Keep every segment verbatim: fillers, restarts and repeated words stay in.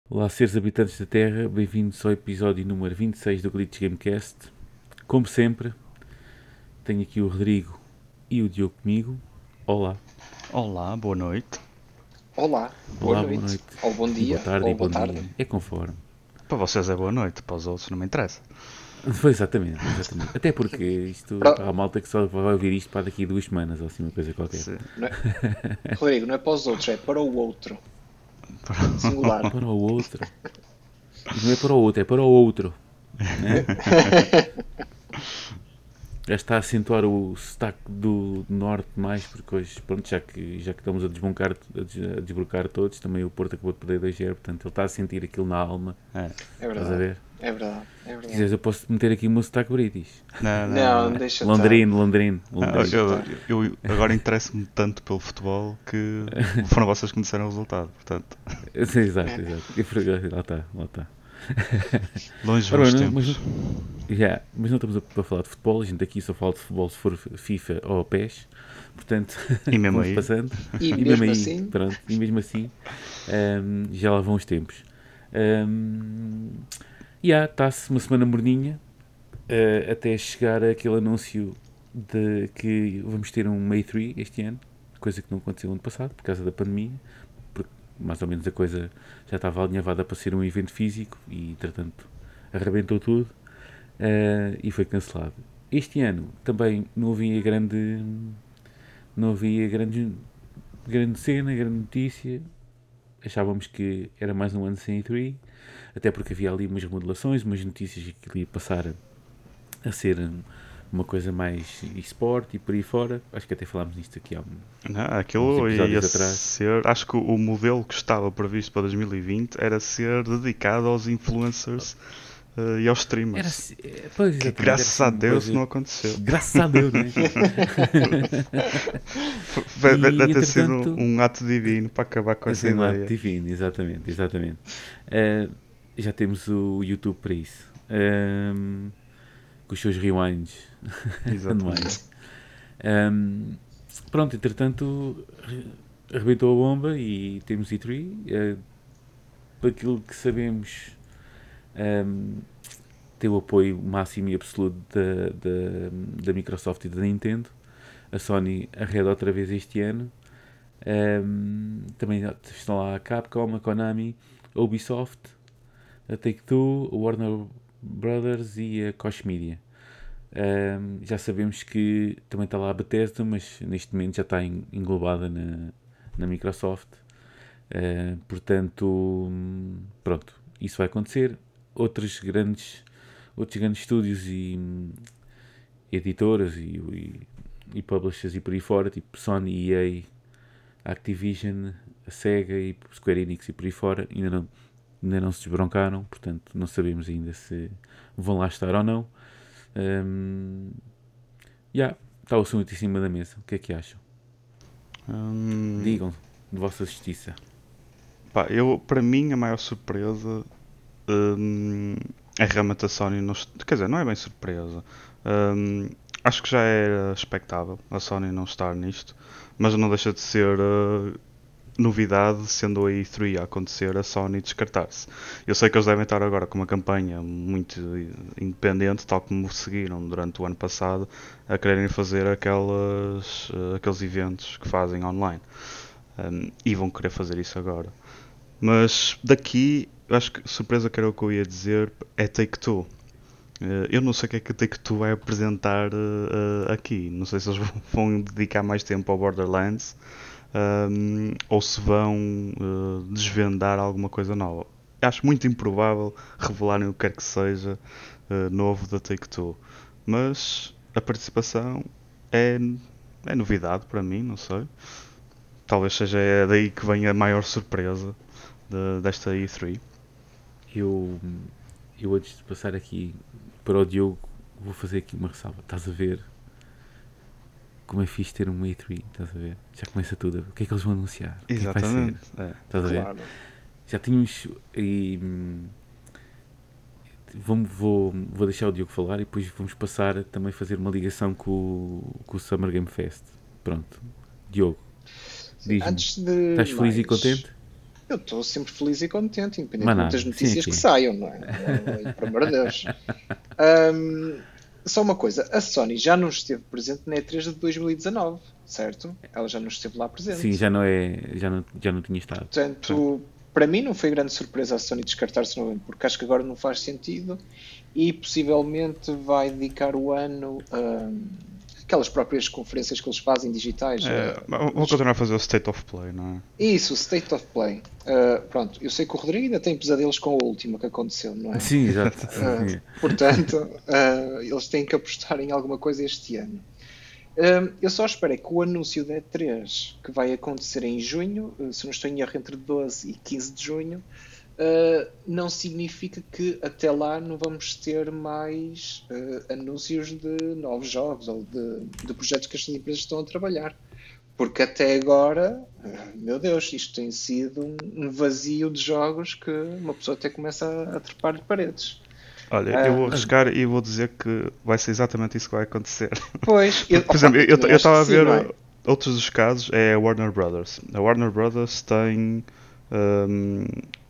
Olá, seres habitantes da Terra, bem-vindos ao episódio número vinte e seis do Glitch Gamecast. Como sempre, tenho aqui o Rodrigo e o Diogo comigo. Olá. Olá, boa noite. Olá, boa Olá, boa noite, noite. ou bom E boa dia, tarde e ou boa bom dia. tarde. É conforme. Para vocês é boa noite, para os outros não me interessa. Foi exatamente, exatamente. Até porque isto, pá, Para- há malta que só vai ouvir isto para daqui a duas semanas ou assim, uma coisa qualquer. Se- não é- Rodrigo, não é para os outros, é para o outro. Singular. Para o outro. E não é para o outro, é para o outro. Né? Já está a acentuar o sotaque do norte mais, porque hoje, pronto, já que, já que estamos a desbuncar, a, des, a desbrocar todos, também o Porto acabou de perder dois zero, portanto ele está a sentir aquilo na alma. É. É Estás a verdade, ver? é verdade, é Se verdade. quiseres eu posso meter aqui o meu sotaque british. Não, não, Não, não. deixa Londrino, Londrino, Ah, Londrino. eu, estar. eu- eu agora interesso-me tanto pelo futebol que foram vocês que me disseram o resultado. Portanto, Sim, exato, É. exato. E por- lá está, lá está. longe Ora bons bem, mas, tempos. yeah, mas não estamos a, a falar de futebol, a gente aqui só fala de futebol se for FIFA ou PES, portanto E mesmo vamos aí, passando. E, E mesmo mesmo aí, assim, pronto, e mesmo assim, ahm, já lá vão os tempos. Um, yeah, está-se uma semana morninha, ah, até chegar aquele anúncio de que vamos ter um May três este ano, coisa que não aconteceu ano passado, por causa da pandemia, porque mais ou menos a coisa já estava alinhavada para ser um evento físico e, entretanto, arrebentou tudo ah, e foi cancelado. Este ano também não havia grande, não havia grande, grande cena, grande notícia. Achávamos que era mais um ano sem E três, até porque havia ali umas remodelações, umas notícias que ele ia passar a, a ser uma coisa mais esporte e por aí fora. Acho que até falámos nisto aqui há um- não, uns aquilo ia episódios atrás. ser. Acho que o modelo que estava previsto para dois mil e vinte era ser dedicado aos influencers eh, e aos Era streamers. assim, é, pois, Que exatamente, era graças assim a uma Deus coisa. não aconteceu. Graças a Deus, né? Deve E deve ter sido entretanto, um ato divino para acabar com essa assim, um ato ideia. divino, exatamente, exatamente. Ah, já temos o YouTube para isso. Ahm, com os seus rewinds Exatamente. anuais. Ahm, pronto, entretanto, re- arrebentou a bomba e temos E três. Uh, por aquilo que sabemos, ahm, tem o apoio máximo e absoluto da, da, da Microsoft e da Nintendo. A Sony arreda outra vez este ano. Ahm, também estão lá a Capcom, a Konami, a Ubisoft, a Take-Two, a Warner Brothers e a Koch Media. Um, já sabemos que também está lá a Bethesda, mas neste momento já está en- englobada na, na Microsoft. Uh, portanto, hum, pronto, isso vai acontecer. Outros grandes, outros grandes estúdios e hum, editoras e, e, e publishers e por aí fora, tipo Sony, E A, Activision, a Sega e Square Enix e por aí fora, ainda não, ainda não se desbroncaram, portanto não sabemos ainda se vão lá estar ou não. Um, já, está o assunto em cima da mesa. O que é que acham? Hum, Digam, de vossa justiça. pá, eu, para mim, a maior surpresa hum, é realmente a Sony. Não, est- quer dizer, não é bem surpresa. Hum, acho que já era expectável a Sony não estar nisto, mas não deixa de ser uh, novidade, sendo a E três a acontecer, a Sony descartar-se. Eu sei que eles devem estar agora com uma campanha muito independente, tal como seguiram durante o ano passado, a quererem fazer aquelas, uh, aqueles eventos que fazem online. Um, e vão querer fazer isso agora. Mas daqui, eu acho que a surpresa que era o que eu ia dizer é Take-Two. Uh, eu não sei o que é que a Take-Two vai apresentar uh, uh, aqui. Não sei se eles vão dedicar mais tempo ao Borderlands um, ou se vão uh, desvendar alguma coisa nova. Acho muito improvável revelarem o que quer que seja uh, novo da Take-Two. Mas a participação é, é novidade para mim, não sei. Talvez seja daí que vem a maior surpresa de, desta E três. Eu, eu antes de passar aqui para o Diogo, vou fazer aqui uma ressalva. Estás a ver como é fixe ter um E três? Estás a ver? Já começa tudo. O que é que eles vão anunciar? O que é que vai ser? Exatamente. É. Estás a ver? claro. Já tínhamos. E, hum, vamos, vou, vou deixar o Diogo falar e depois vamos passar a também fazer uma ligação com, o- com o Summer Game Fest. Pronto. Diogo, Sim, diz-me. antes de Estás feliz e mais, contente? Eu estou sempre feliz e contente, independentemente das Manada, sim, notícias sim. que saiam, não é? Não, por amor de Deus. Ahm, Só uma coisa, a Sony já não esteve presente na E três de dois mil e dezanove, certo? Ela já não esteve lá Sim, presente. já não é. Já não, já não tinha estado. Sim. Portanto, para mim não foi grande surpresa a Sony descartar-se novamente, porque acho que agora não faz sentido e possivelmente vai dedicar o ano a aquelas próprias conferências que eles fazem digitais. É, a- vou continuar a fazer o State of Play, não é? Isso, o State of Play. Uh, pronto, eu sei que o Rodrigo ainda tem pesadelos com a última que aconteceu, não é? Sim, exato. Sim, Uh, sim. portanto, uh, eles têm que apostar em alguma coisa este ano. Um, eu só espero é que o anúncio da E três, que vai acontecer em junho, uh, se não estou em erro, entre doze e quinze de junho, uh, não significa que até lá não vamos ter mais uh, anúncios de novos jogos ou de, de projetos que as empresas estão a trabalhar. Porque até agora, uh, meu Deus, isto tem sido um, um vazio de jogos que uma pessoa até começa a, a trepar de paredes. Olha, eu vou Um, arriscar e vou dizer que vai ser exatamente isso que vai acontecer. pois, eu, Porque, por opa, exemplo, eu eu também eu acho que estava a sim, ver não é? uh, outros dos casos, é a Warner Brothers. A Warner Brothers tem. um,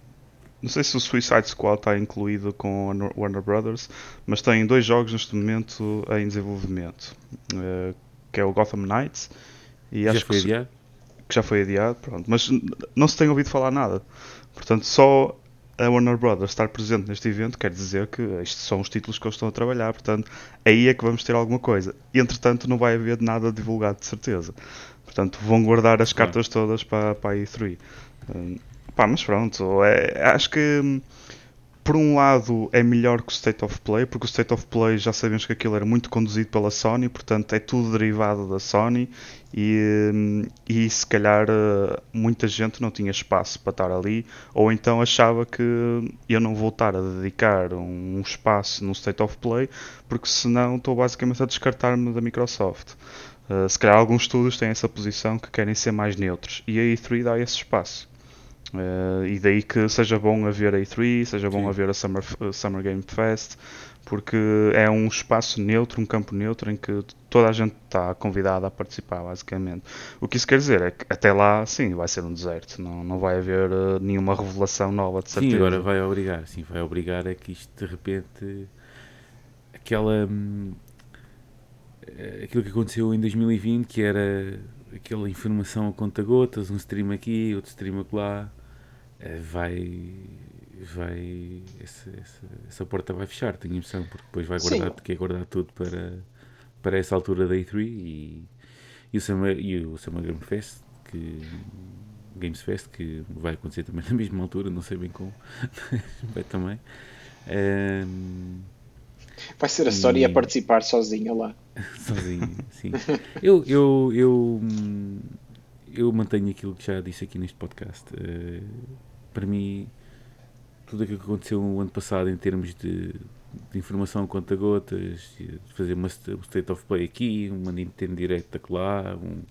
não sei se o Suicide Squad está incluído com a Nor- Warner Brothers, mas tem dois jogos neste momento em desenvolvimento, uh, que é o Gotham Knights e Já acho que, foi se- adiado? que já foi adiado, pronto, mas n- não se tem ouvido falar nada. Portanto, só a Warner Brothers estar presente neste evento quer dizer que estes são os títulos que eles estão a trabalhar, portanto, aí é que vamos ter alguma coisa. E, entretanto, não vai haver nada divulgado de certeza. Portanto, vão guardar as Claro. cartas todas para, para a E três. Hum, pá, mas pronto, é, acho que hum, por um lado é melhor que o State of Play, porque o State of Play já sabemos que aquilo era muito conduzido pela Sony, portanto é tudo derivado da Sony e, hum, e se calhar uh, muita gente não tinha espaço para estar ali, ou então achava que eu não vou estar a dedicar um espaço no State of Play, porque senão estou basicamente a descartar-me da Microsoft. Uh, se calhar alguns estúdios têm essa posição que querem ser mais neutros e a E três dá esse espaço. Uh, e daí que seja bom haver a E três, seja bom Sim. haver a Summer, uh, Summer Game Fest, porque é um espaço neutro, um campo neutro em que toda a gente está convidada a participar, basicamente. O que isso quer dizer é que até lá, sim, vai ser um deserto, não, não vai haver uh, nenhuma revelação nova, de Sim, agora certeza. vai obrigar. Sim, vai obrigar a que isto de repente. Aquela. hum, eh, Aquilo que aconteceu em dois mil e vinte, que era aquela informação a conta-gotas, um stream aqui, outro stream acolá, eh, vai. Vai. Essa, essa, essa porta vai fechar, tenho a impressão, porque depois vai guardar, Sim, quer guardar tudo para, para essa altura da E três e, e o Summer, e o Summer Game Fest, que. Games Fest, que vai acontecer também na mesma altura, não sei bem como, vai também. Ehm, vai ser a Sony a e participar sozinha lá. sozinho, sim. Eu, eu, eu, hum, eu mantenho aquilo que já disse aqui neste podcast. Eh, para mim, tudo aquilo que aconteceu o ano passado em termos de, de informação a conta-gotas, de fazer uma st- um State of Play aqui, uma Nintendo Direct lá, um,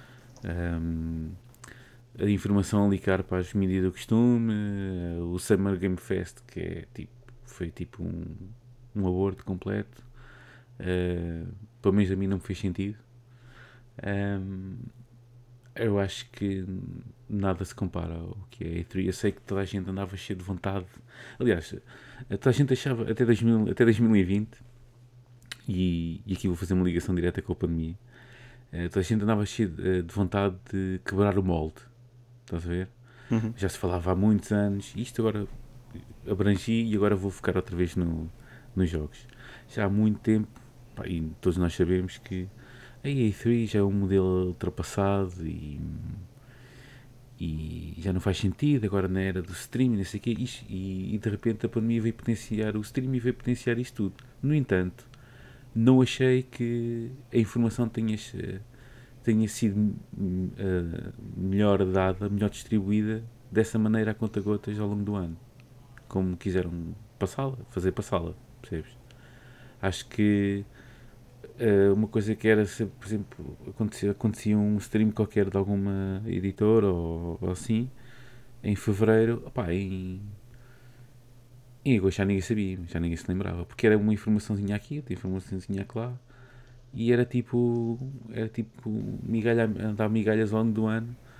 hum, a informação a ligar para as mídias do costume, eh, o Summer Game Fest, que é tipo, foi tipo um, um aborto completo. Uh, pelo menos a mim não me fez sentido. Um, eu acho que nada se compara ao que é a E três. Eu sei que toda a gente andava cheio de vontade. Aliás, toda a gente achava até, dois mil, até dois mil e vinte, e, e aqui vou fazer uma ligação direta com a pandemia. Uh, toda a gente andava cheio de, de vontade de quebrar o molde. Estás a ver? Uhum. Já se falava há muitos anos. Isto agora abrangi e agora vou focar outra vez no, nos jogos. Já há muito tempo, pá, e todos nós sabemos que a E três já é um modelo ultrapassado e, e já não faz sentido agora na era do streaming, não sei o quê, isto, e, e de repente a pandemia veio potenciar o streaming e veio potenciar isto tudo. No entanto, não achei que a informação tenha, tenha sido uh, melhor dada, melhor distribuída dessa maneira a conta-gotas ao longo do ano, como quiseram passá-la, fazer passá-la, percebes? Acho que uh, uma coisa que era, se, por exemplo, acontecia, acontecia um stream qualquer de alguma editora ou, ou assim, em fevereiro, opá, em, em agosto já ninguém sabia, já ninguém se lembrava, porque era uma informaçãozinha aqui, outra informaçãozinha lá, e era tipo, era tipo migalha, andar migalhas ao longo do ano,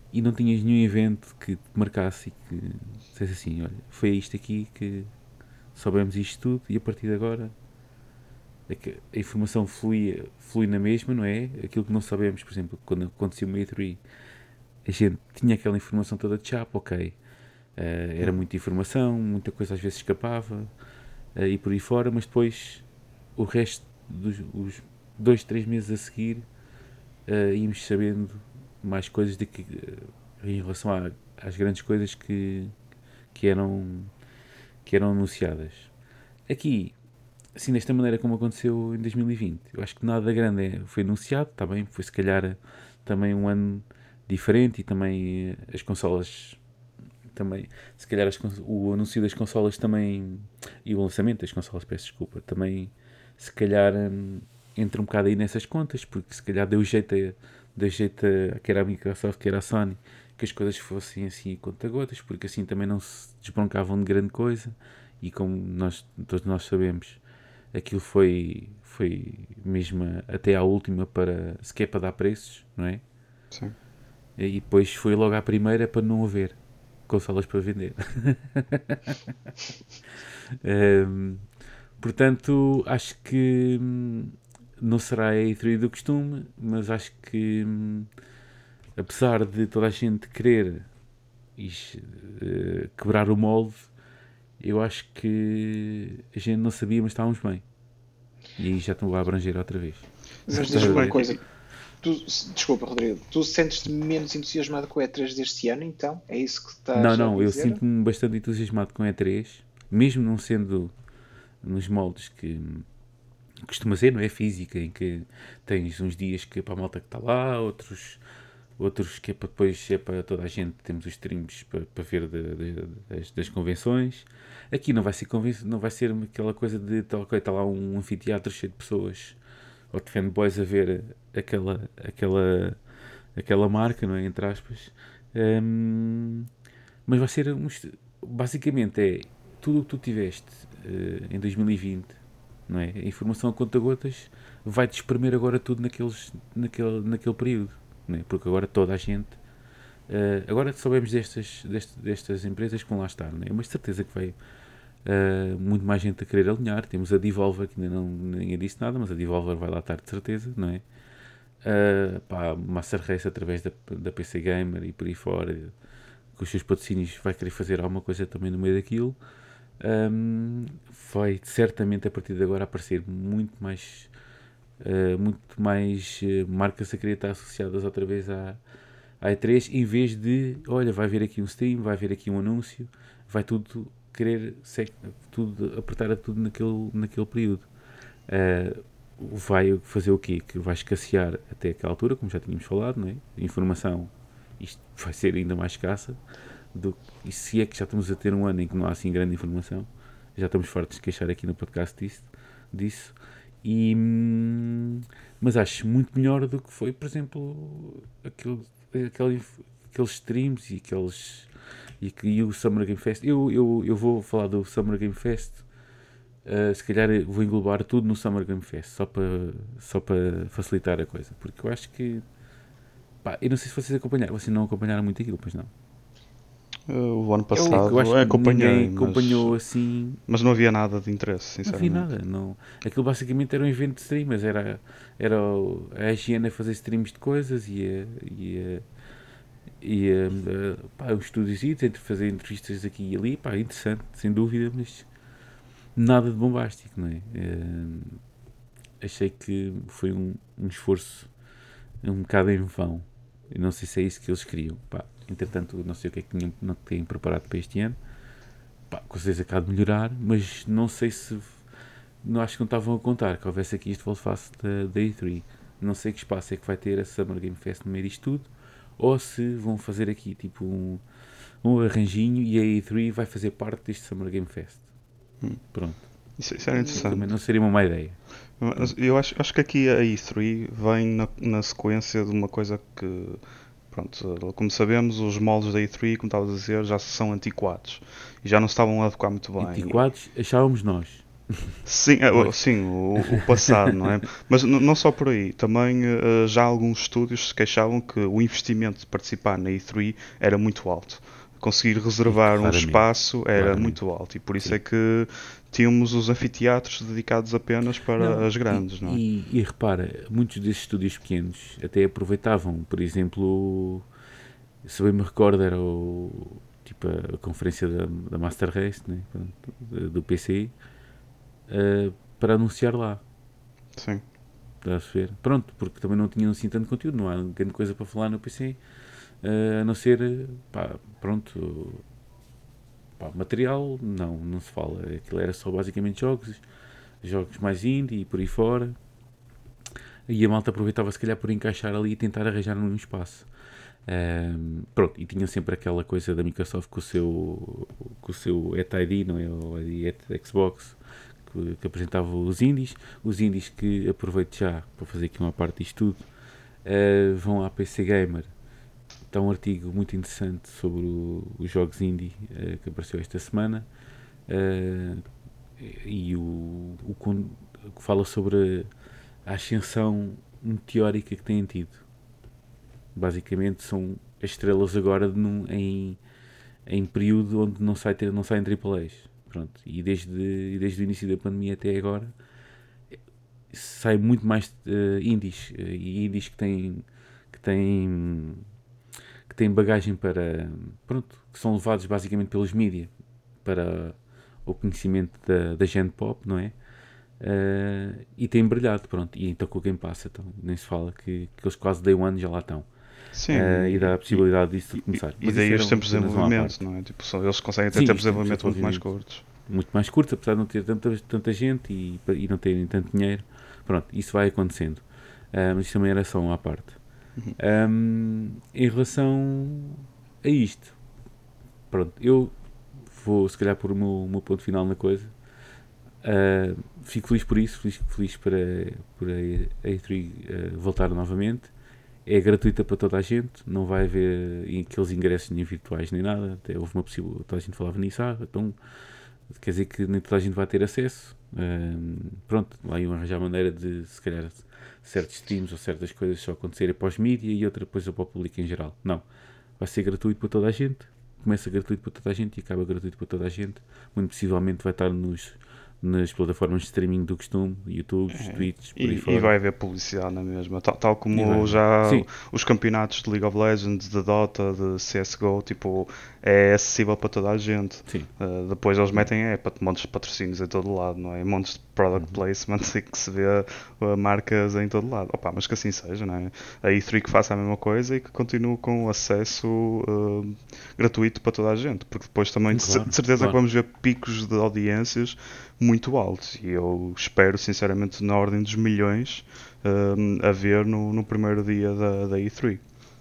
e não tinhas nenhum evento que te marcasse e que dissesse assim, olha, foi isto aqui que soubemos isto tudo e a partir de agora é que a informação flui, flui na mesma, não é? Aquilo que não sabemos, por exemplo, quando aconteceu o E três, a gente tinha aquela informação toda de chapa, ok. Uh, era Hum. muita informação, muita coisa às vezes escapava uh, e por aí fora, mas depois o resto dos os dois, três meses a seguir uh, íamos sabendo mais coisas de que, uh, em relação à, às grandes coisas que, que, eram, que eram anunciadas. Aqui, assim, desta maneira como aconteceu em dois mil e vinte, eu acho que nada grande foi anunciado, está bem, foi se calhar também um ano diferente e também uh, as consolas também, se calhar as, o anúncio das consolas também e o lançamento das consolas, peço desculpa, também se calhar hum, entra um bocado aí nessas contas, porque se calhar deu jeito a, deu jeito a, quer a Microsoft, quer a Sony, que as coisas fossem assim conta-gotas, porque assim também não se desbroncavam de grande coisa e como nós, todos nós sabemos, aquilo foi, foi mesmo até à última para, sequer para dar preços, não é? Sim. E depois foi logo à primeira para não haver consolas para vender. um, portanto, acho que hum, não será a E três do costume, mas acho que hum, apesar de toda a gente querer is, uh, quebrar o molde, eu acho que a gente não sabia, mas estávamos bem. E aí já estou a abranger outra vez. Mas Estás a diz-me uma ver? coisa. Tu, desculpa, Rodrigo. Tu sentes-te menos entusiasmado com o E três deste ano, então? É isso que Não, estás a não, eu dizer? sinto-me bastante entusiasmado com a E três, mesmo não sendo nos moldes que costuma ser, não é? Física, em que tens uns dias que é para a malta que está lá, outros, outros que é para depois é para toda a gente, temos os streams para, para ver de, de, das, das convenções. Aqui não vai ser não vai ser aquela coisa de okay, está lá um anfiteatro cheio de pessoas ou de fanboys a ver aquela, aquela, aquela marca, não é? Entre aspas. Um, mas vai ser um, basicamente é tudo o que tu tiveste uh, em dois mil e vinte, não é? A informação a conta-gotas vai-te espremer agora tudo naqueles, naquele, naquele período, não é? Porque agora toda a gente uh, agora sabemos destas, destas, destas empresas que vão lá estar, não é? Mas certeza que vai uh, muito mais gente a querer alinhar. Temos a Devolver, que ainda não ninguém disse nada, mas a Devolver vai lá estar de certeza, não é? Uh, pá, Master Race através da, da P C Gamer e por aí fora, com os seus patrocínios, vai querer fazer alguma coisa também no meio daquilo. Um, vai certamente a partir de agora aparecer muito mais uh, muito mais uh, marcas a querer estar associadas outra vez à, à E três, em vez de, olha, vai haver aqui um stream, vai haver aqui um anúncio, vai tudo querer tudo, apertar a tudo naquele, naquele período. Uh, vai fazer o quê? Que vai escassear até aquela altura, como já tínhamos falado, não é? Informação, isto vai ser ainda mais escassa. Do, e se é que já estamos a ter um ano em que não há assim grande informação, já estamos fartos de queixar aqui no podcast disso, disso. E, mas acho muito melhor do que foi, por exemplo, aquele, aquele, aqueles streams e aqueles e, e o Summer Game Fest. Eu, eu, eu vou falar do Summer Game Fest, uh, se calhar vou englobar tudo no Summer Game Fest, só para, só para facilitar a coisa, porque eu acho que pá, eu não sei se vocês acompanharam, vocês não acompanharam muito aquilo, pois não? O ano É que passado eu acho que acompanhei, ninguém mas, acompanhou assim. mas não havia nada de interesse, Não vi sinceramente. nada. Não. Aquilo basicamente era um evento de streamers. Era, era o- a I G N a fazer streams de coisas e a. E a e a, a, pá, os estúdios entre fazer entrevistas aqui e ali, pá, interessante, sem dúvida, mas nada de bombástico, não é? Eh, achei que foi um, um esforço um bocado em vão. Eu não sei se é isso que eles queriam, pá. Entretanto, não sei o que é que tinham, não têm preparado para este ano. Pá, com certeza que há de melhorar, mas não sei se. Não acho que não estavam a contar que houvesse aqui este volte-face da, da E três. Não sei que espaço é que vai ter a Summer Game Fest no meio disto tudo, ou se vão fazer aqui tipo um, um arranjinho e a E três vai fazer parte deste Summer Game Fest. Hum. Pronto. Isso, isso era interessante. Também não seria uma má ideia. Mas eu acho, acho que aqui a E três vem na, na sequência de uma coisa que, pronto, como sabemos, os moldes da E três, como estavas a dizer, já são antiquados e já não se estavam a adequar muito bem. Antiquados, achávamos nós. Sim, é, o- Oi. sim, o, o passado, não é? Mas n- não só por aí, também eh, já alguns estúdios se queixavam que o investimento de participar na E três era muito alto. Conseguir E reservar um claramente, espaço era claramente, muito alto e por isso sim. é que tínhamos os anfiteatros dedicados apenas para Não, as e, grandes, não é? e, e repara, muitos desses estúdios pequenos até aproveitavam, por exemplo, se bem me recordo, era o, tipo a, a conferência da, da Master Race, né, pronto, do do P C, eh, para anunciar lá. Sim, Estás a ver? Pronto, porque também não tinham assim tanto conteúdo, não há grande coisa para falar no P C, eh, a não ser, eh, pá, pronto, pá, material, não, não se fala. Aquilo era só basicamente jogos, jogos mais indie e por aí fora. E a malta aproveitava se calhar por encaixar ali e tentar arranjar um espaço. Ahm, pronto, e tinham sempre aquela coisa da Microsoft com o seu, com o seu at I D, não é? O I D at Xbox, que, que apresentava os indies. Os indies que, aproveito já para fazer aqui uma parte disto tudo, ah, vão à P C Gamer. Está um artigo muito interessante sobre o- os jogos indie, ah, que apareceu esta semana. Ah, e o, o con- que fala sobre a ascensão meteórica que têm tido. Basicamente são as estrelas agora num- em, em período onde não, sai, não saem triplo A's. Pronto. E desde, desde o início da pandemia até agora sai muito mais uh, indies uh, e indies que têm que têm que têm bagagem para, pronto, que são levados basicamente pelos mídia para o conhecimento da, da gente pop, não é? Uh, e tem brilhado, pronto. E então com o Game Pass, então, nem se fala que, que eles quase day one já lá estão. Uh, e sim, dá a e, possibilidade disso de e, e- começar. e Mas isso daí era os tempos de apenas uma à desenvolvimento, parte. não é? Tipo, só- eles conseguem ter Sim, tempos os de tempos de desenvolvimento muito mais desenvolvimento curtos. muito mais curtos, apesar de não ter tanta, tanta gente e, e não terem tanto dinheiro. Pronto, isso vai acontecendo. Uh, mas isso também era só uma à parte. Uhum. Um, em relação a isto, pronto, eu vou se calhar pôr o meu, o meu ponto final na coisa. Uh, fico feliz por isso, feliz, feliz para, por a E três uh, voltar novamente. É gratuita para toda a gente, não vai haver aqueles ingressos nem virtuais nem nada. Até houve uma possibilidade, toda a gente falava nisso, ah, então quer dizer que nem toda a gente vai ter acesso. Um, pronto, lá iam arranjar maneira de, se calhar, certos streams ou certas coisas só acontecerem para os mídia e outra coisa para o público em geral. Não, vai ser gratuito para toda a gente. Começa gratuito para toda a gente e acaba gratuito para toda a gente. Muito possivelmente vai estar nos, nas plataformas de streaming do costume, YouTube, É, Twitch, por aí e, e fora. vai haver publicidade na mesma, tal, tal E vai como haver. já Sim, os campeonatos de League of Legends, de Dota, de C S G O, tipo, é acessível para toda a gente. sim. Uh, depois eles Uhum. metem é, pat- montes de patrocínios em todo lado, não é? E montes de product Uhum. placement e que se vê uh, marcas em todo lado. Opa, mas que assim seja, não é? A E três que faça a mesma coisa e que continue com o acesso uh, gratuito para toda a gente, porque depois também de cer- de Claro, certeza que claro. vamos ver picos de audiências muito altos e eu espero sinceramente na ordem dos milhões hum, a ver no, no primeiro dia da, da E três.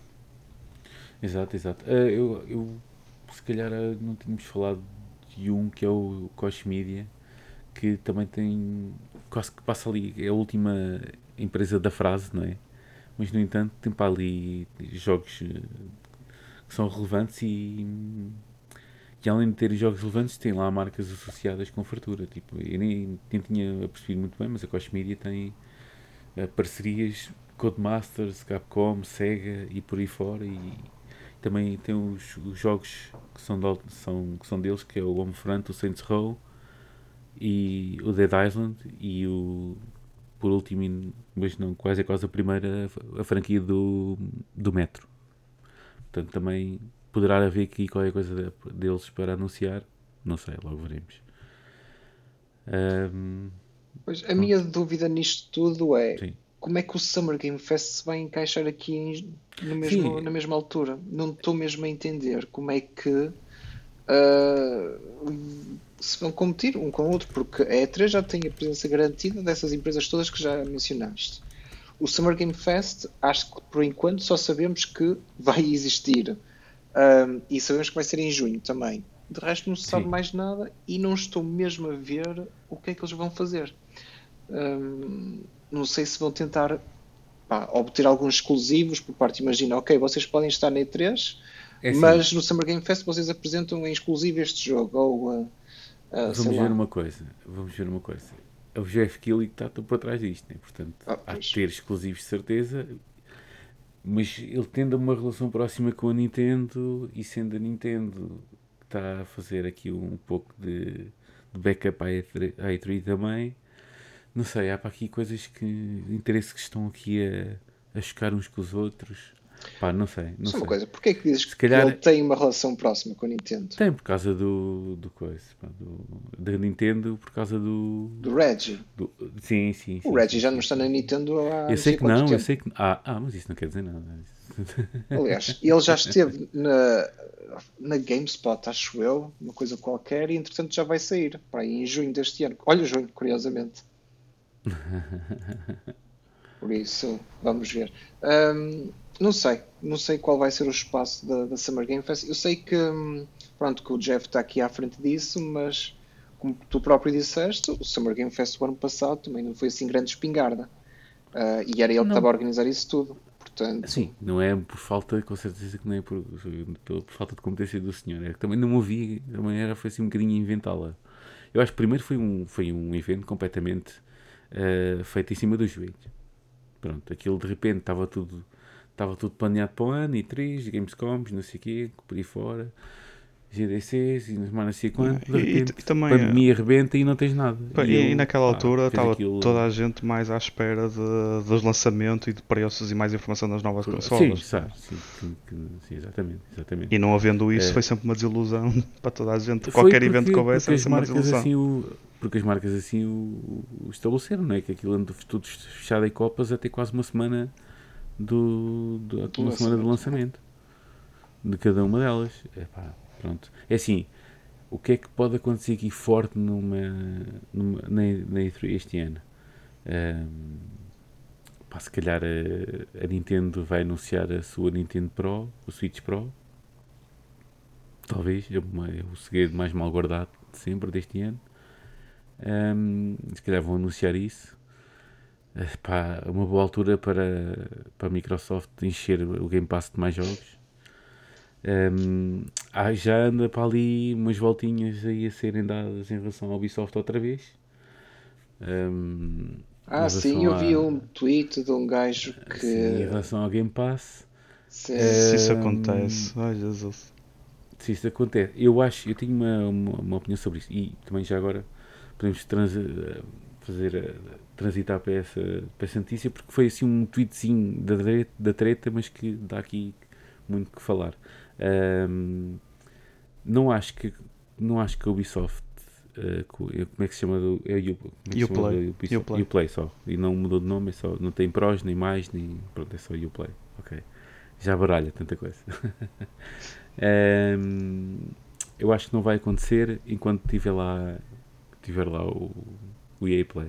Exato, exato. Ah, eu, eu, se calhar, ah, não tínhamos falado de um que é o Koch Media, que também tem, quase que passa ali, é a última empresa da frase, não é? Mas, no entanto, tem para ali jogos eh, que são relevantes e, e além de ter jogos relevantes, tem lá marcas associadas com fartura. Tipo, eu nem, nem tinha percebido muito bem, mas a Koch Media tem eh, parcerias Codemasters, Capcom, Sega e por aí fora. E também tem os, os jogos que são, de, são, que são deles, que é o Homefront, o Saints Row e o Dead Island e o, por último, mas não quase é quase a primeira, a franquia do, do Metro. Portanto, também poderá haver aqui qualquer coisa deles para anunciar. Não sei, logo veremos. Ahm, Pois, a minha pronto, dúvida nisto tudo é sim. como é que o Summer Game Fest se vai encaixar aqui em- no mesmo, Sim, na mesma altura? Não estou mesmo a entender como é que ah, se vão competir um com o outro, porque a E três já tem a presença garantida dessas empresas todas que já mencionaste. O Summer Game Fest, acho que por enquanto só sabemos que vai existir. Um, e sabemos que vai ser em junho também. De resto, não se sabe sim. mais nada e não estou mesmo a ver o que é que eles vão fazer. Um, não sei se vão tentar pá, obter alguns exclusivos por parte. Imagina, ok, vocês podem estar na E três, É assim, mas no Summer Game Fest vocês apresentam em exclusivo este jogo. Ou, uh, Uh, sei Vamos ver lá. uma coisa. Vamos ver uma coisa. É o Jeff Keighley que está por trás disto, né? Portanto, Ah, há de pois. ter exclusivos de certeza, mas ele tendo uma relação próxima com a Nintendo e sendo a Nintendo que está a fazer aqui um pouco de, de backup à E três, à E três também, não sei, há para aqui coisas que, interesses que estão aqui a, a chocar uns com os outros. Pá, não sei, não Só uma sei. coisa, porquê é que dizes Se que ele calhar tem uma relação próxima com a Nintendo? tem por causa do, do coisa, pá, do, da Nintendo, por causa do, Do Reggie. do- sim, sim, O sim, Reggie sim, já não sim, está sim, na sim. Nintendo há Eu não sei sei que quanto não, eu tempo. sei que. Ah, ah, mas isso não quer dizer nada. Aliás, ele já esteve na, na GameSpot, acho eu, uma coisa qualquer, e entretanto já vai sair, para aí em junho deste ano. Olha, junho, curiosamente. Por isso, vamos ver. Ahm, não sei, não sei qual vai ser o espaço da, da Summer Game Fest. Eu sei que, hum, pronto, que o Jeff está aqui à frente disso, mas como tu próprio disseste, o Summer Game Fest do ano passado também não foi assim grande espingarda. Ah, e era ele que estava Não, a organizar isso tudo. Portanto, sim, não é por falta, com certeza que não é por, por, por falta de competência do senhor. É que também não ouvi, também era, foi assim um bocadinho inventá-la. Eu acho que primeiro foi um, foi um evento completamente eh, feito em cima dos joelhos. Pronto, aquilo de repente estava tudo, estava tudo planeado para o ano, e três, Gamescoms, não sei o quê, por aí fora. G D Cs e mais não sei É, quanto, de E, e- repente e também, eh, pandemia rebenta e não tens nada. pá, E e, e ele, naquela pá, altura fez estava toda aquilo. a gente mais à espera de, dos lançamentos e de preços e mais informação das novas Sim, consolas. sabe, sim, que- que- sim, exatamente, exatamente. E não havendo isso Eh, foi sempre uma desilusão para toda a gente. foi Qualquer evento que porque, houvesse porque era as sempre uma marcas desilusão. assim o. Porque as marcas assim o, o estabeleceram, não é? Que aquilo andou tudo fechado em copas até quase uma semana do, do do uma semana de lançamento. lançamento de cada uma delas. Epá, pronto. É assim, o que é que pode acontecer aqui forte numa, numa na, na E três este ano? Ahm, pá, se calhar a, a Nintendo vai anunciar a sua Nintendo Pro, o Switch Pro. Talvez, é, uma- é o segredo mais mal guardado de sempre deste ano. Ahm, se calhar vão anunciar isso. Eh, pá, uma boa altura para, para a Microsoft encher o Game Pass de mais jogos. Ahm, ah, já anda para ali umas voltinhas aí a serem dadas em relação ao Ubisoft outra vez. Ahm, em Ah, sim, relação eu vi a, um tweet de um gajo sim, em que. relação ao Game Pass. Sim. Se isso Ahm, acontece, ai Jesus. se isso acontece, eu acho, eu tenho uma, uma, uma opinião sobre isso e também já agora podemos trans, eh, fazer eh, transitar para essa, para essa notícia porque foi assim um tweetzinho da treta, da treta mas que dá aqui muito que falar. Ahm, não acho que não acho que a Ubisoft eh, co- eh, como é que se chama do, é o, U- como é que E se o chama Play? do E o Ubisoft? Play? Uplay só e não mudou de nome, é só, não tem prós nem mais nem pronto, é só Uplay, ok, já baralha tanta coisa. Ahm, eu acho que não vai acontecer enquanto tiver lá, tiver lá o, o E A Play.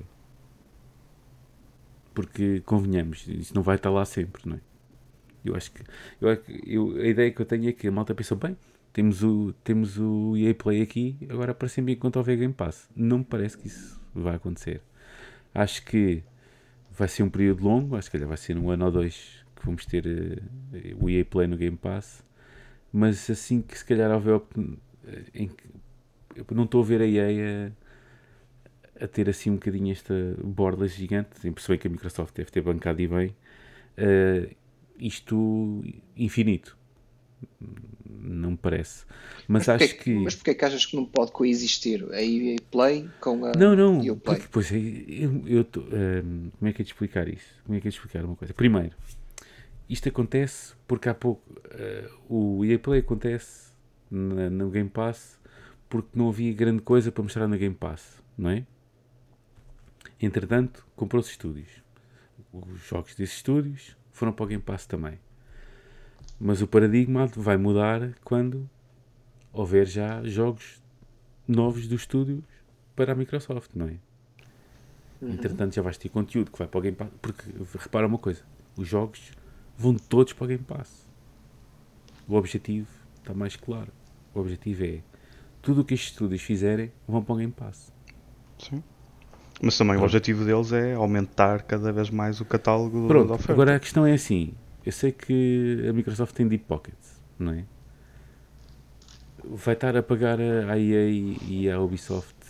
Porque, convenhamos, isso não vai estar lá sempre, não é? Eu acho que, eu, acho que- eu- a ideia que eu tenho é que a malta pensou, bem, temos o, temos o E A Play aqui, agora para sempre enquanto houver Game Pass. Não me parece que isso vai acontecer. Acho que vai ser um período longo, acho que calhar vai ser um ano ou dois que vamos ter eh, o E A Play no Game Pass. Mas assim que se calhar houver op- em que eu não estou a ver a E A a, a ter assim um bocadinho esta borda gigante, sem perceber que a Microsoft deve ter bancado e bem, eh, isto infinito, não me parece. Mas Mas porquê, acho que- mas que porquê que achas que não pode coexistir a E A Play com a não, não, Uplay? porque pois eu, eu tô, ehm, como é que é de explicar isso? Como é que é de explicar uma coisa? Primeiro, isto acontece porque há pouco eh, o E A Play acontece na- no Game Pass porque não havia grande coisa para mostrar no Game Pass, não é? Entretanto, comprou-se estúdios. Os jogos desses estúdios foram para o Game Pass também. Mas o paradigma vai mudar quando houver já jogos novos dos estúdios para a Microsoft, não é? Uhum. Entretanto, já vais ter conteúdo que vai para o Game Pass. Porque, repara uma coisa, os jogos vão todos para o Game Pass. O objetivo está mais claro. O objetivo é tudo o que estes estúdios fizerem vão para o Game Pass. Sim. Mas também o Pronto. objetivo deles é aumentar cada vez mais o catálogo da Pronto, oferta. agora a questão é assim. Eu sei que a Microsoft tem Deep Pockets, não é? Vai estar a pagar a E A e a Ubisoft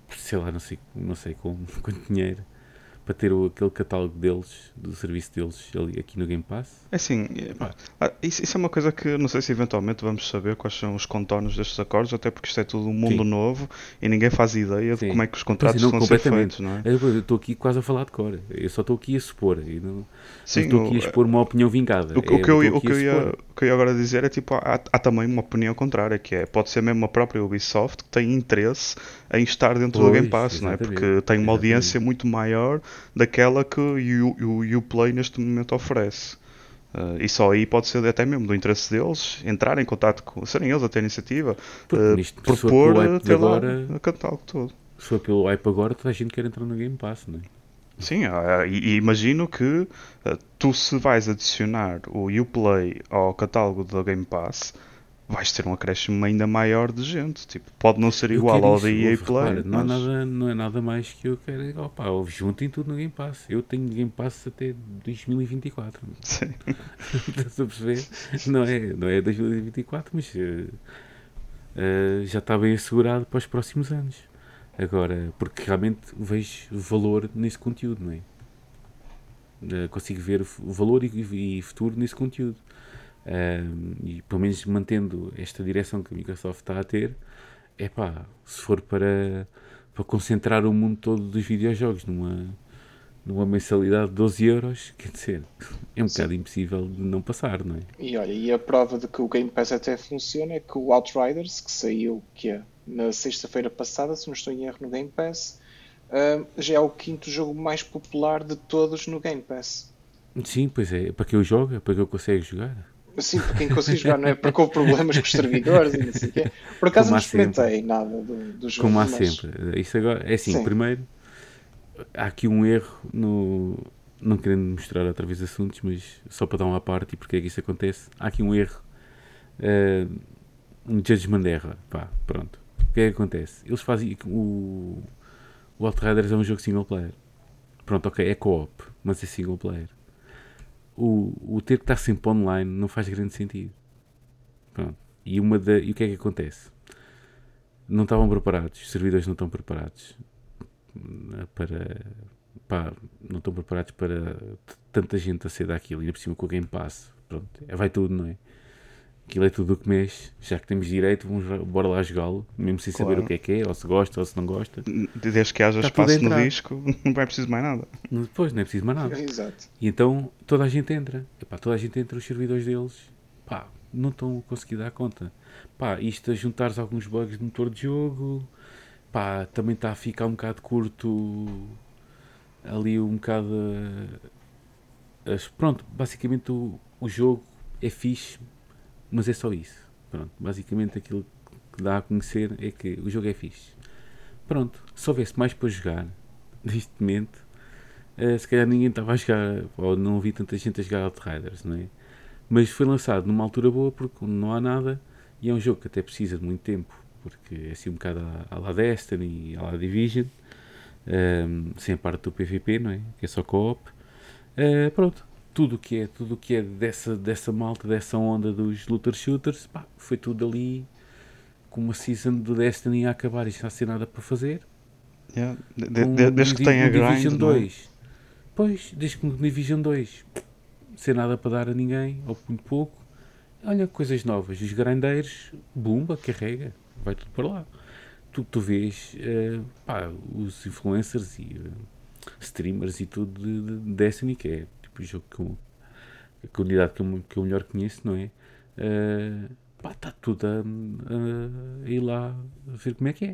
sei lá, não sei, não sei com quanto dinheiro, para ter o, aquele catálogo deles, do serviço deles ali aqui no Game Pass. É assim, é, Epá, ah, isso, isso é uma coisa que não sei se eventualmente vamos saber quais são os contornos destes acordos, até porque isto é tudo um mundo sim, novo e ninguém faz ideia de como sim. é que os Pois é, contratos não, estão a ser completamente. feitos, não é? Eu estou aqui quase a falar de cor. Eu só estou aqui a supor. Eu não, não Sim, estou aqui a o, expor uma opinião vingada. o, que- o É, que eu, estou o, aqui que a eu ia, supor. o que eu ia agora dizer é tipo, há, há também uma opinião contrária, que é, pode ser mesmo a própria Ubisoft que tem interesse em estar dentro do Game Pois, Pass, não é? exatamente. Porque tem uma audiência Exatamente. muito maior daquela que o, o, o Uplay neste momento oferece. Uh, e só aí pode ser até mesmo do interesse deles entrar em contato com, serem eles a ter iniciativa, Porque uh, nisto, se for propor pelo uh, hype de ter lá agora, o catálogo todo. se for pelo hype agora, toda a gente quer entrar no Game Pass, não é? Sim, uh, e, e imagino que uh, tu se vais adicionar o Uplay ao catálogo da Game Pass, vais ter um acréscimo ainda maior de gente. Tipo, pode não ser Eu igual quero ao da isso, E A ouve, Play, repara, não é mas nada, não é nada mais que eu quero. Opa, ouve, juntem tudo no Game Pass. Eu tenho Game Pass até dois mil e vinte e quatro. sim. Estás a perceber? Não é, não é dois mil e vinte e quatro, mas uh, uh, já está bem assegurado para os próximos anos. Agora, porque realmente vejo valor nesse conteúdo, não é? Uh, consigo ver o valor e, e futuro nesse conteúdo. Um, e pelo menos mantendo esta direção que a Microsoft está a ter, é pá, se for para, para concentrar o mundo todo dos videojogos numa, numa mensalidade de doze euros, quer dizer, é um Sim. bocado impossível de não passar, não é? E olha, e a prova de que o Game Pass até funciona é que o Outriders, que saiu que é, na sexta-feira passada, se não estou em erro, no Game Pass, ah, já é o quinto jogo mais popular de todos no Game Pass. Sim, pois é, para que eu jogo, é para que eu consigo jogar, Sim, para quem conseguir jogar, não é? Porque houve problemas com os servidores e não sei o quê. Por acaso como não há sempre, experimentei nada do, do como jogo, há mas sempre. Isso agora, é assim, sim. primeiro, há aqui um erro no... Não querendo mostrar outra vez assuntos, mas só para dar uma parte e porque é que isso acontece, há aqui um erro, uh, um judgment error, pá, pronto. O que é que acontece? Eles fazem, o, o Outriders é um jogo single player. Pronto, ok, é co-op, mas é single player. O, o ter que estar sempre online não faz grande sentido. Pronto. E, uma da, e o que é que acontece? Não estavam preparados, os servidores não estão preparados para. Pá, não estão preparados para tanta gente aceder àquilo. E por cima com o Game Pass, pronto, vai tudo, não é? Aquilo é tudo o que mexe, já que temos direito, vamos, bora lá jogá-lo, mesmo sem saber o Claro. que é que é, ou se gosta ou se não gosta. Desde que haja Está tudo a espaço no entrar. disco, não vai preciso mais nada. Depois não é preciso mais nada. Exato. E então toda a gente entra. Epá, toda a gente entra, os servidores deles, pá, não estão a conseguir dar conta. Pá, isto a juntares alguns bugs de motor de jogo, pá, também está a ficar um bocado curto ali um bocado. As, pronto, basicamente o, o jogo é fixe, mas é só isso. Pronto, basicamente aquilo que dá a conhecer é que o jogo é fixe. Pronto, se houvesse mais para jogar, neste momento, uh, se calhar ninguém estava a jogar, ou não ouvi tanta gente a jogar Outriders, não é? Mas foi lançado numa altura boa porque não há nada e é um jogo que até precisa de muito tempo, porque é assim um bocado à, à la Destiny, à la Division, um, sem a parte do P V P, não é? Que é só co-op. Uh, pronto, tudo o que é, tudo que é dessa, dessa malta, dessa onda dos looter shooters, pá, foi tudo ali com uma season do Destiny a acabar e já sem nada para fazer. Yeah. De, de, Com desde que tenha o grind, Division não é? dois. Pois, desde que no Division dois sem nada para dar a ninguém, ou muito pouco. Olha, coisas novas. Os grindeiros, bumba, carrega, vai tudo para lá. Tu, tu vês uh, pá, os influencers e uh, streamers e tudo de, de Destiny, que é tipo o jogo que eu, a comunidade que eu, que eu melhor conheço, não é? Uh, pá, está tudo a, a, a ir lá a ver como é que é.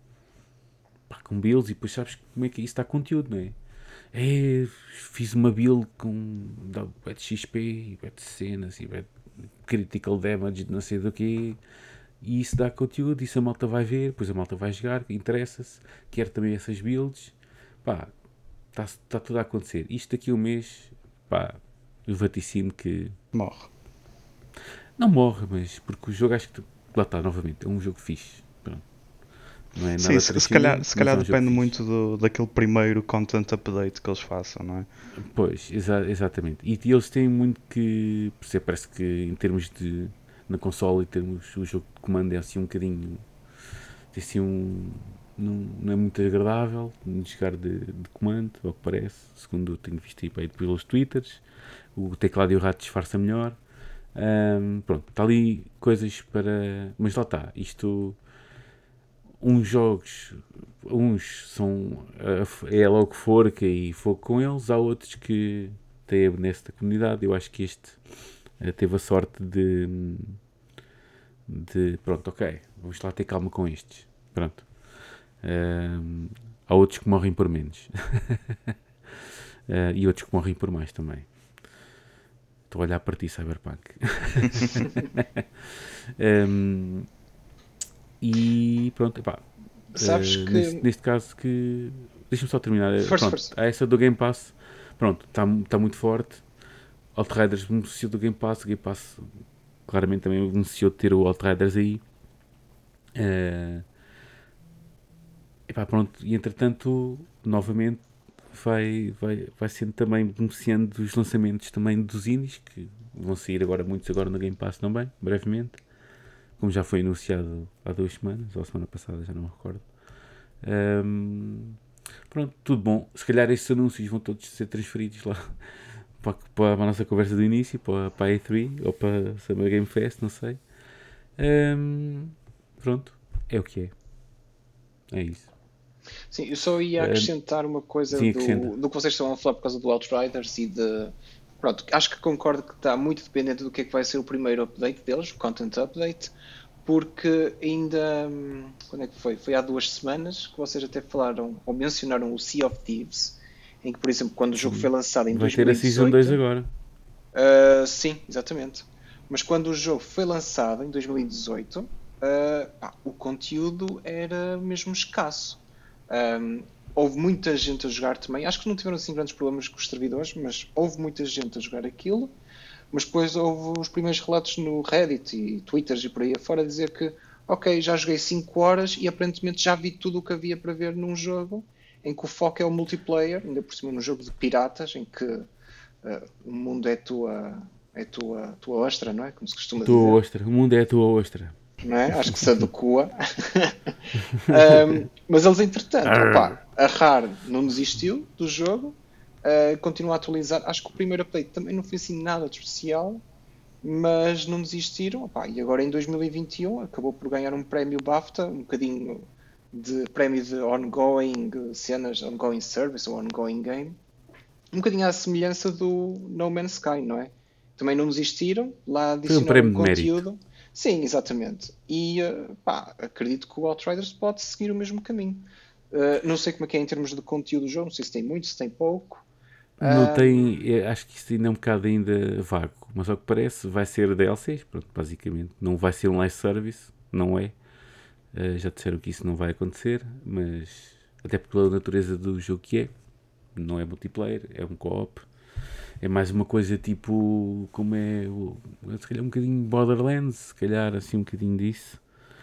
Pá, com builds e depois sabes como é que isso está conteúdo, não é? É, fiz uma build com bué de X P e bué de cenas e bué de critical damage de não sei do que e isso dá conteúdo, isso a malta vai ver, depois a malta vai jogar, interessa-se, quer também essas builds, pá, está tá tudo a acontecer. Isto daqui a um mês, pá, eu vaticino que Morre. não morre, mas porque o jogo acho que lá está, novamente, é um jogo fixe. Pronto. Não é Sim, nada se, se calhar, trascendente, se mas calhar é um jogo depende fixe. muito do, daquele primeiro content update que eles façam, não é? Pois, exa exatamente. E, e eles têm muito que. Parece que em termos de. Na console, em termos. O jogo de comando é assim um bocadinho. Tem assim um. não, não é muito agradável de jogar de, de comando, ao que parece, segundo tenho visto aí, aí pelos twitters. O teclado e o rato disfarça melhor. Um, pronto, está ali coisas para... Mas lá está, isto... Uns jogos, uns são... É logo forca e fogo com eles, há outros que têm a benesse da comunidade. Eu acho que este uh, teve a sorte de... de pronto, ok, vamos lá ter calma com estes. Pronto. Um, há outros que morrem por menos. uh, e outros que morrem por mais também. Estou a olhar para ti, Cyberpunk. um, e pronto, epá, Sabes uh, que. neste, neste caso que... Deixa-me só terminar. Força, Pronto, força. a essa do Game Pass, pronto, está tá muito forte. Outriders beneficiou do Game Pass. O Game Pass claramente também beneficiou de ter o Outriders aí. Uh, epá, pronto, e entretanto, novamente, vai, vai, vai sendo também beneficiando dos lançamentos também dos indies, que vão sair agora, muitos agora no Game Pass também, brevemente, como já foi anunciado há duas semanas, ou semana passada, já não me recordo. Um, pronto, tudo bom. Se calhar estes anúncios vão todos ser transferidos lá para, para a nossa conversa do início, para, para a E três ou para a Summer Game Fest, não sei. Um, pronto, é o que é. É isso. Sim, eu só ia acrescentar uma coisa Sim, acrescenta. do, do que vocês estão a falar por causa do Outriders e de. Pronto, acho que concordo que está muito dependente do que é que vai ser o primeiro update deles, o Content Update, porque ainda. hum, Quando é que foi? Foi há duas semanas que vocês até falaram ou mencionaram o Sea of Thieves, em que, por exemplo, quando o jogo foi lançado em Vai ter a Season dois dois mil e dezoito. agora. Uh, sim, exatamente. Mas quando o jogo foi lançado em dois mil e dezoito, uh, pá, o conteúdo era mesmo escasso. Um, houve muita gente a jogar também. Acho que não tiveram assim grandes problemas com os servidores, mas houve muita gente a jogar aquilo. Mas depois houve os primeiros relatos no Reddit e Twitters e por aí afora a dizer que, ok, já joguei cinco horas e aparentemente já vi tudo o que havia para ver num jogo em que o foco é o multiplayer, ainda por cima num jogo de piratas, em que Uh, o mundo é a tua, é a tua, tua ostra, não é? Como se A costuma tua dizer. ostra. O mundo é a tua ostra. Não é? Acho que se adequa. um, mas eles, entretanto, Arr. opa, a Rare não desistiu do jogo, uh, continua a atualizar. Acho que o primeiro update também não foi assim nada de especial, mas não desistiram. Opa, e agora em dois mil e vinte e um acabou por ganhar um prémio BAFTA, um bocadinho de prémio de ongoing cenas, ongoing service ou ongoing game. Um bocadinho à semelhança do No Man's Sky, não é? Também não desistiram, lá Foi um adicionaram prémio de mérito. conteúdo. Sim, exatamente. E uh, pá, acredito que o Outriders pode seguir o mesmo caminho. Uh, não sei como é que é em termos de conteúdo do jogo, não sei se tem muito, se tem pouco. Não Um, tem. é, Acho que isso ainda é um bocado ainda vago. Mas ao que parece, vai ser D L Cs. Pronto, basicamente. Não vai ser um live service. Não é. Uh, já disseram que isso não vai acontecer. Mas. Até pela natureza do jogo que é. Não é multiplayer. É um co-op. É mais uma coisa tipo. Como é. o- Se calhar um bocadinho Borderlands. Se calhar assim um bocadinho disso.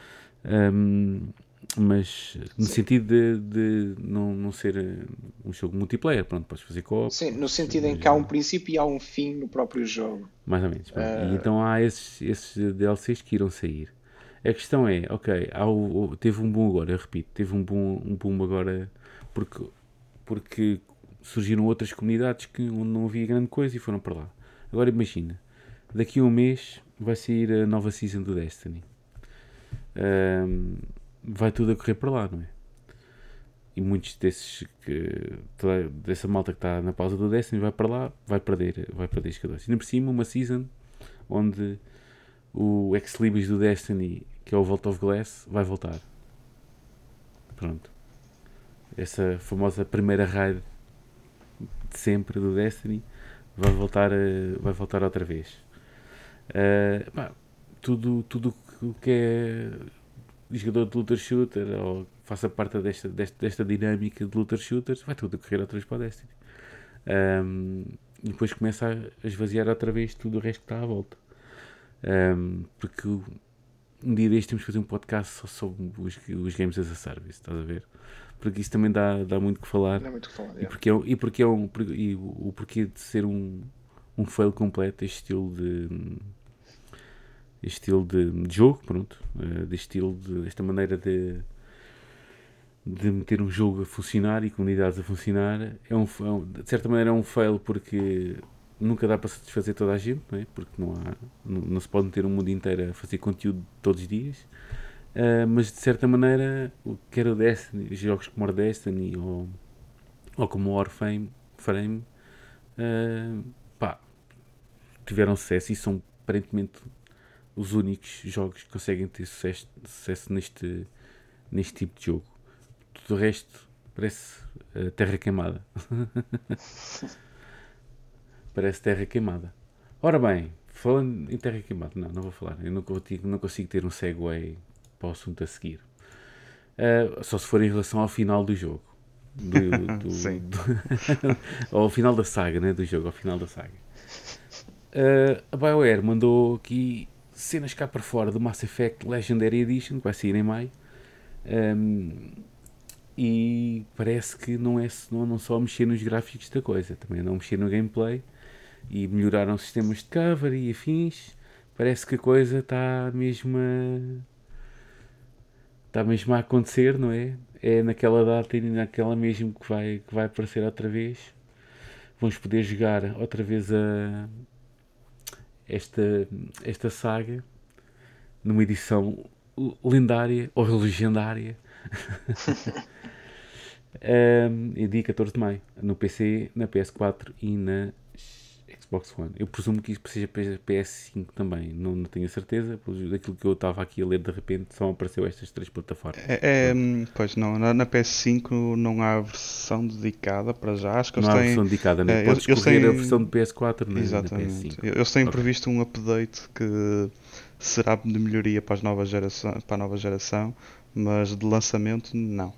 Um, mas no sim. sentido de, de não, não ser eh, um jogo multiplayer, pronto, podes fazer co-op, Sim, no podes, sentido em mas, que há um eh, princípio e há um fim no próprio jogo. mais ou menos, pronto. E Uh, então há esses, esses D L Cs que irão sair. A questão é, ok, há o- o- teve um boom agora, eu repito, teve um boom, um boom agora porque, porque surgiram outras comunidades que, onde não havia grande coisa e foram para lá. Agora imagina, daqui a um mês vai sair a nova season do Destiny. Ahm, vai tudo a correr para lá, não é? E muitos desses que toda, dessa malta que está na pausa do Destiny vai para lá, vai perder, vai perder jogadores. E ainda por cima uma season onde o ex-libris do Destiny, que é o Vault of Glass, vai voltar. Pronto. Essa famosa primeira raid de sempre do Destiny vai voltar, a, vai voltar outra vez. Uh, pá, tudo, tudo o que é jogador de looter shooter ou faça parte desta, desta, desta dinâmica de looter shooters, vai tudo a correr outra vez para o Destiny. Um, e depois começa a esvaziar outra vez tudo o resto que está à volta. Um, porque um dia deste temos que fazer um podcast só sobre os, os games as a service, estás a ver? Porque isso também dá, dá muito que falar. não é muito o que falar. E porque é, um- e porque é um, e o, o porquê de ser um, um fail completo este estilo de este estilo de, de jogo, pronto, uh, deste estilo de, desta maneira de de meter um jogo a funcionar e comunidades a funcionar. É um, é um- de certa maneira é um fail porque nunca dá para satisfazer toda a gente, não é? Porque não, há, não, não se pode meter um mundo inteiro a fazer conteúdo todos os dias. Uh, mas de certa maneira, o- quer o Destiny, jogos como o Destiny ou, ou como o Warframe, Frame, uh, pá, tiveram sucesso e são aparentemente os únicos jogos que conseguem ter sucesso, sucesso neste, neste tipo de jogo. Tudo o resto parece uh, terra queimada. Parece terra queimada. Ora bem, falando em terra queimada, não, não vou falar. Eu não consigo, não consigo ter um segue para o assunto a seguir. Uh, só se for em relação ao final do jogo. Do, do, Sim. do ao final da saga, né? Do jogo, ao final da saga. Uh, a BioWare mandou aqui cenas cá para fora do Mass Effect Legendary Edition, que vai sair em maio. Um, e parece que não é não, não só mexer nos gráficos da coisa, também não mexer no gameplay e melhoraram os sistemas de cover e afins. Parece que a coisa está mesmo a, está mesmo a acontecer, não é? É naquela data e naquela mesmo que vai, que vai aparecer outra vez. Vamos poder jogar outra vez a esta, esta saga numa edição lendária ou legendária. Um, em dia catorze de maio, no P C, na P S quatro e na Xbox One. Eu presumo que isso seja P S cinco também, não, não tenho a certeza, daquilo que eu estava aqui a ler de repente só apareceu estas três plataformas. É, é, Pronto. pois não, na, na P S cinco não há versão dedicada para já. Acho que eles Não há têm. versão dedicada, né? É, eles, Podes eles escorrer a versão têm. de P S quatro na, na Exatamente. P S cinco. Eles têm Ok. previsto um update que será de melhoria para, as novas geração, para a nova geração, mas de lançamento não.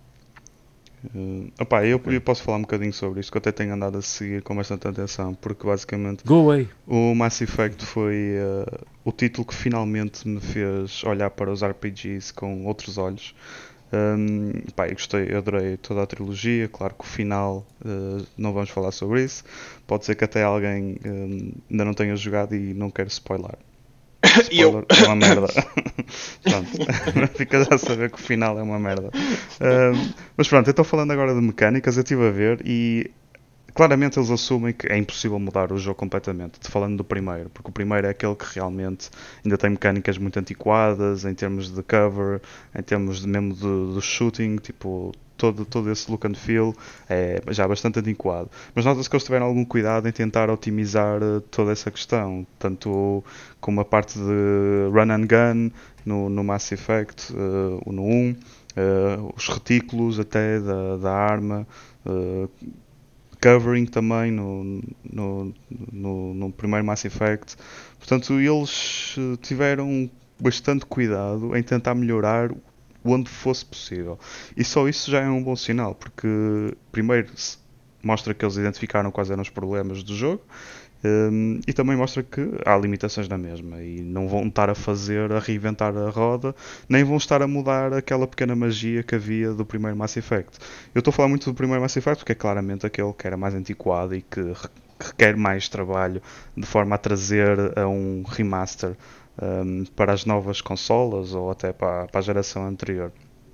Uh, opá, eu, Ok. eu posso falar um bocadinho sobre isto, que eu até tenho andado a seguir com bastante atenção, porque basicamente Go away! o Mass Effect foi uh, o título que finalmente me fez olhar para os R P Gs com outros olhos. Um, pá, eu gostei, eu adorei toda a trilogia. Claro que o final uh, não vamos falar sobre isso. Pode ser que até alguém um, ainda não tenha jogado e não quer spoiler. E eu. Spoiler, é uma merda. Pronto, fica já a saber que o final é uma merda. Um, mas pronto, eu estou falando agora de mecânicas. Eu estive a ver e claramente eles assumem que é impossível mudar o jogo completamente. Te falando do primeiro, porque o primeiro é aquele que realmente ainda tem mecânicas muito antiquadas em termos de cover, em termos de, mesmo do, do shooting, tipo todo, todo esse look and feel é já bastante antiquado. Mas nota-se que eles tiveram algum cuidado em tentar otimizar uh, toda essa questão, tanto como a parte de run and gun no, no Mass Effect, uh, no um, uh, os retículos até da, da arma. Uh, Covering também no, no, no, no primeiro Mass Effect. Portanto, eles eh, tiveram bastante cuidado em tentar melhorar onde fosse possível. E só isso já é um bom sinal, porque primeiro mostra que eles identificaram quais eram os problemas do jogo. Um, e também mostra que há limitações na mesma e não vão estar a fazer, a reinventar a roda, nem vão estar a mudar aquela pequena magia que havia do primeiro Mass Effect. Eu estou a falar muito do primeiro Mass Effect porque é claramente aquele que era mais antiquado e que requer mais trabalho de forma a trazer a um remaster um, para as novas consolas ou até para, para a geração anterior.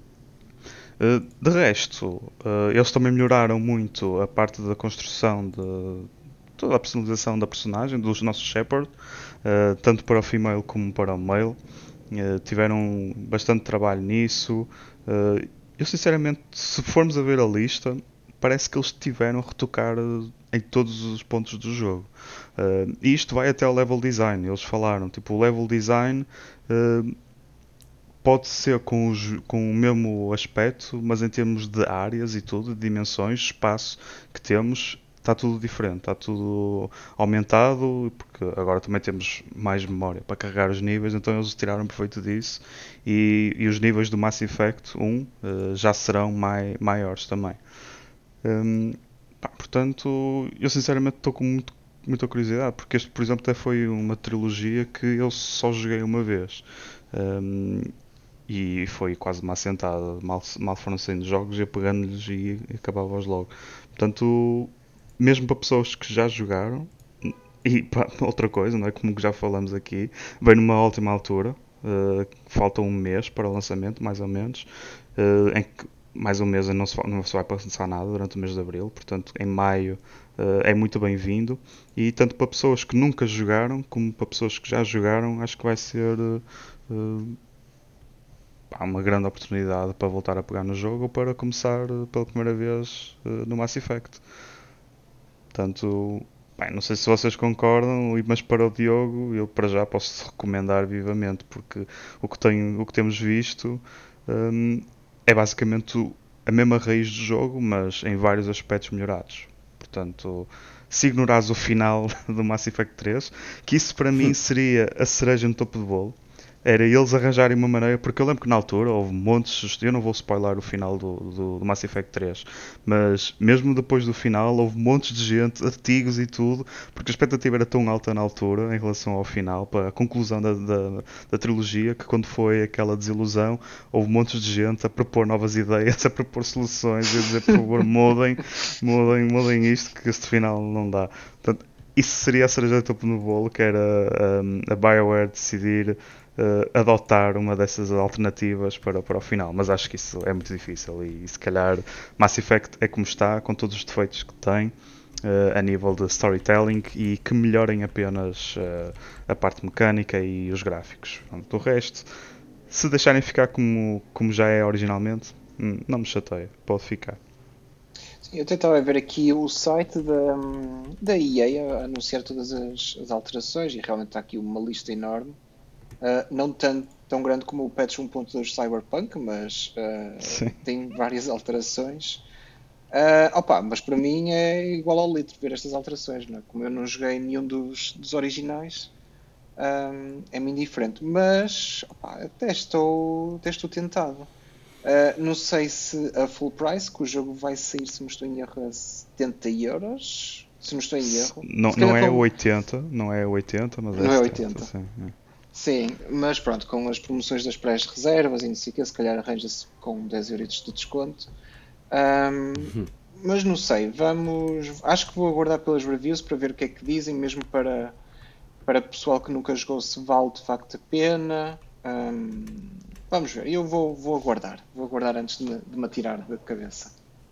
Uh, de resto, uh, eles também melhoraram muito a parte da construção de toda a personalização da personagem, dos nossos Shepard, uh, tanto para o female como para o male. Uh, tiveram bastante trabalho nisso. Uh, eu sinceramente, se formos a ver a lista, parece que eles tiveram a retocar em todos os pontos do jogo. Uh, e isto vai até ao level design. Eles falaram, tipo, o level design uh, pode ser com, os, com o mesmo aspecto, mas em termos de áreas e tudo, de dimensões, espaço que temos, está tudo diferente, está tudo aumentado, porque agora também temos mais memória para carregar os níveis, então eles tiraram proveito disso e, e os níveis do Mass Effect um uh, já serão mai, maiores também. Um, pá, portanto, eu sinceramente estou com muito, muita curiosidade, porque este, por exemplo, até foi uma trilogia que eu só joguei uma vez. Um, e foi quase uma assentada. Mal, mal foram saindo jogos, ia pegando-lhes e acabava-os logo. Portanto, mesmo para pessoas que já jogaram, e pá, outra coisa, não é? Como já falamos aqui, vem numa ótima altura. Uh, falta um mês para o lançamento, mais ou menos, uh, em que mais um mês não se, não se vai passar nada durante o mês de Abril, portanto em maio uh, é muito bem-vindo e tanto para pessoas que nunca jogaram como para pessoas que já jogaram acho que vai ser uh, pá, uma grande oportunidade para voltar a pegar no jogo ou para começar uh, pela primeira vez uh, no Mass Effect. Portanto, bem, não sei se vocês concordam, mas para o Diogo eu para já posso recomendar vivamente porque o que, tenho, o que temos visto um, é basicamente a mesma raiz do jogo, mas em vários aspectos melhorados. Portanto, se ignorares o final do Mass Effect três, que isso para mim seria a cereja no topo do bolo, era eles arranjarem uma maneira, porque eu lembro que na altura houve montes, eu não vou spoiler o final do, do, do Mass Effect três, mas mesmo depois do final houve montes de gente, artigos e tudo, porque a expectativa era tão alta na altura em relação ao final, para a conclusão da, da, da trilogia, que quando foi aquela desilusão, houve montes de gente a propor novas ideias, a propor soluções, a dizer por favor mudem, mudem, mudem isto, que este final não dá. Portanto, isso seria a cereja do topo no bolo, que era um, a BioWare decidir uh, adotar uma dessas alternativas para, para o final. Mas acho que isso é muito difícil e, se calhar Mass Effect é como está, com todos os defeitos que tem uh, a nível de storytelling e que melhorem apenas uh, a parte mecânica e os gráficos. Portanto, o resto, se deixarem ficar como, como já é originalmente, não me chateia, pode ficar. Eu até estava a ver aqui o site da, da E A a anunciar todas as, as alterações e realmente está aqui uma lista enorme. Uh, não tanto, tão grande como o patch um ponto dois Cyberpunk, mas uh, tem várias alterações. Uh, opa, mas para mim é igual ao litro ver estas alterações, não é? Como eu não joguei nenhum dos, dos originais, um, é-me indiferente. Mas opa, até, estou, até estou tentado. Uh, não sei se a full price, que o jogo vai sair, se não estou em erro, a setenta euros. Se não estou em erro. Não, Se não é com... oitenta, não é oitenta, mas não é é setenta. oitenta. Sim, é. Sim, mas pronto, com as promoções das pré-reservas e não sei o que, se calhar arranja-se com dez euros de desconto. Um, mas não sei, vamos. Acho que vou aguardar pelas reviews para ver o que é que dizem, mesmo para, para pessoal que nunca jogou, se vale de facto a pena. Um, vamos ver, eu vou, vou aguardar, vou aguardar antes de me, de me atirar da cabeça.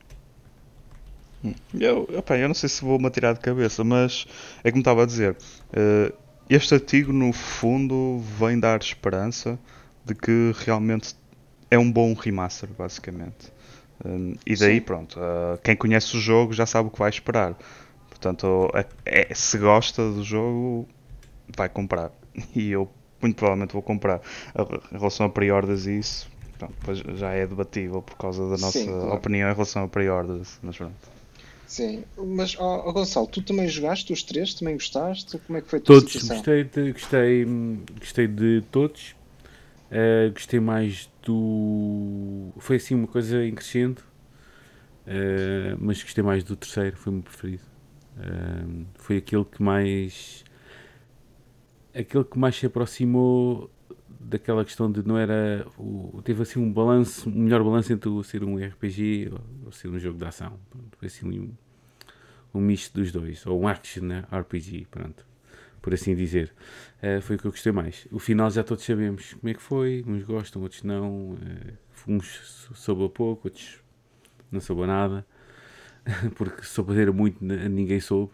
Eu, opa, eu não sei se vou-me atirar de cabeça, mas é como estava a dizer, uh, este artigo no fundo vem dar esperança de que realmente é um bom remaster, basicamente. Um, e daí, Sim. pronto, uh, quem conhece o jogo já sabe o que vai esperar. Portanto, é, é, se gosta do jogo, vai comprar. E eu, muito provavelmente, vou comprar. Em relação a pre-orders e isso, pronto, já é debatível por causa da nossa Sim, claro. opinião em relação a pre-orders. Mas pronto. Sim, mas oh, oh Gonçalo, tu também jogaste os três? Também gostaste? Como é que foi a tua Todos, situação? gostei de, gostei, gostei de todos. Uh, gostei mais do. Foi assim uma coisa em crescendo, uh, mas gostei mais do terceiro, foi o meu preferido. Uh, foi aquele que mais. Aquele que mais se aproximou daquela questão de não era. O, teve assim um balanço, um melhor balanço entre o ser um R P G ou, ou ser um jogo de ação. Pronto, foi assim um, um misto dos dois, ou um action, né? R P G, pronto, por assim dizer. Uh, foi o que eu gostei mais. O final já todos sabemos como é que foi, uns gostam, outros não, uh, uns soube a pouco, outros não soube a nada, porque soube muito, ninguém soube.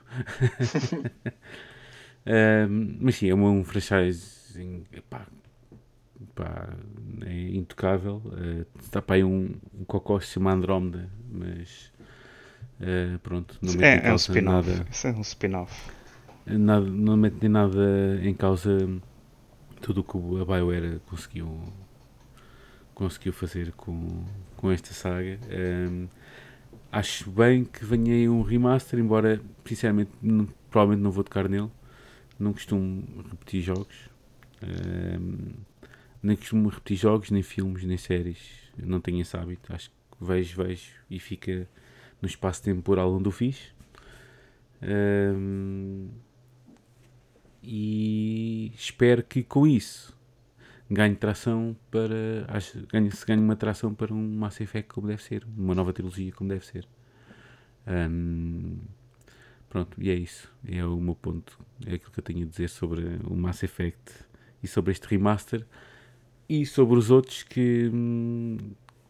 uh, mas sim, é um franchise, pá, pá, é intocável. Uh, está para aí um, um cocó que se chama Andrómeda, mas uh, pronto, não mete É, em é um causa spin-off. nada. Isso é um spin-off. Nada, não mete nada em causa tudo o que a BioWare conseguiu, conseguiu fazer com, com esta saga. Um, acho bem que venha aí um remaster, embora sinceramente não, provavelmente não vou tocar nele. Não costumo repetir jogos, um, nem costumo repetir jogos, nem filmes, nem séries. Eu não tenho esse hábito. Acho que vejo, vejo e fica no espaço temporal onde o fiz. Um, e espero que com isso ganhe tração para. Acho, ganhe, se ganhe uma tração para um Mass Effect como deve ser, uma nova trilogia como deve ser. Um, pronto, e é isso. É o meu ponto. É aquilo que eu tenho a dizer sobre o Mass Effect e sobre este remaster e sobre os outros que,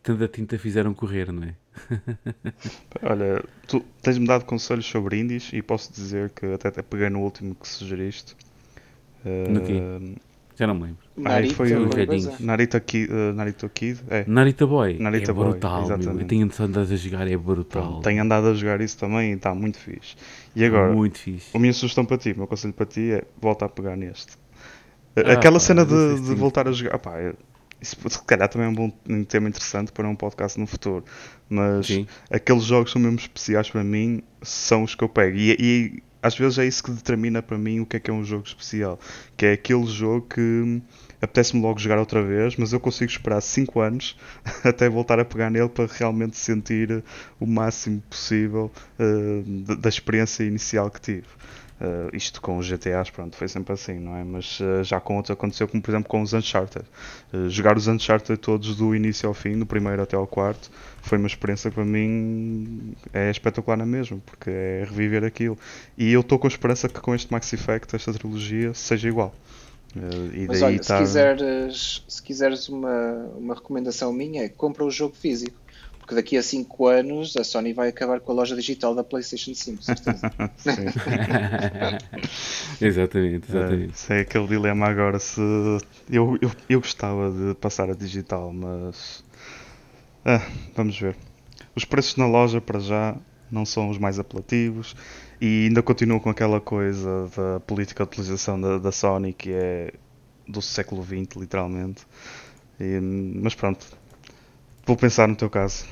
tanta tinta fizeram correr, não é? Olha, tu tens-me dado conselhos sobre indies e posso dizer que até, até peguei no último que sugeriste. No quê? Uh, Já não me lembro. ai, foi Narita, São os qualquer o coisa. velhinhos. Narita Kid, uh, Narita Kid? É, Narita Boy é Narita Boy, brutal, meu. Eu exatamente. tenho andado a jogar, é Pronto, brutal. tenho andado a jogar isso também e está muito fixe. E Está agora, muito a fixe. minha sugestão para ti, o meu conselho para ti é volta a pegar neste. Ah, Aquela pá, cena não sei de, se de tenho. voltar a jogar, pá, é- isso se calhar também é um bom um tema interessante para um podcast no futuro, mas Sim. aqueles jogos são mesmo especiais para mim, são os que eu pego. E, e às vezes é isso que determina para mim o que é que é um jogo especial, que é aquele jogo que hum, apetece-me logo jogar outra vez, mas eu consigo esperar cinco anos até voltar a pegar nele para realmente sentir o máximo possível uh, da da experiência inicial que tive. Uh, isto com os G T As, pronto, foi sempre assim, não é? Mas uh, já com outros aconteceu, como por exemplo com os Uncharted. Uh, jogar os Uncharted todos do início ao fim, do primeiro até ao quarto, foi uma experiência que para mim é espetacular na mesma, porque é reviver aquilo. E eu estou com a esperança que com este Max Effect, esta trilogia, seja igual. Uh, e Mas daí olha, se estar. quiseres, se quiseres uma, uma recomendação minha, é compra o jogo físico. Porque daqui a cinco anos a Sony vai acabar com a loja digital da PlayStation cinco, certeza. Sim. Exatamente, Uh, exatamente. sei aquele dilema agora se eu, eu, eu gostava de passar a digital, mas ah, vamos ver. Os preços na loja para já não são os mais apelativos e ainda continuam com aquela coisa da política de utilização da, da Sony que é do século vinte, literalmente. E, mas pronto, vou pensar no teu caso.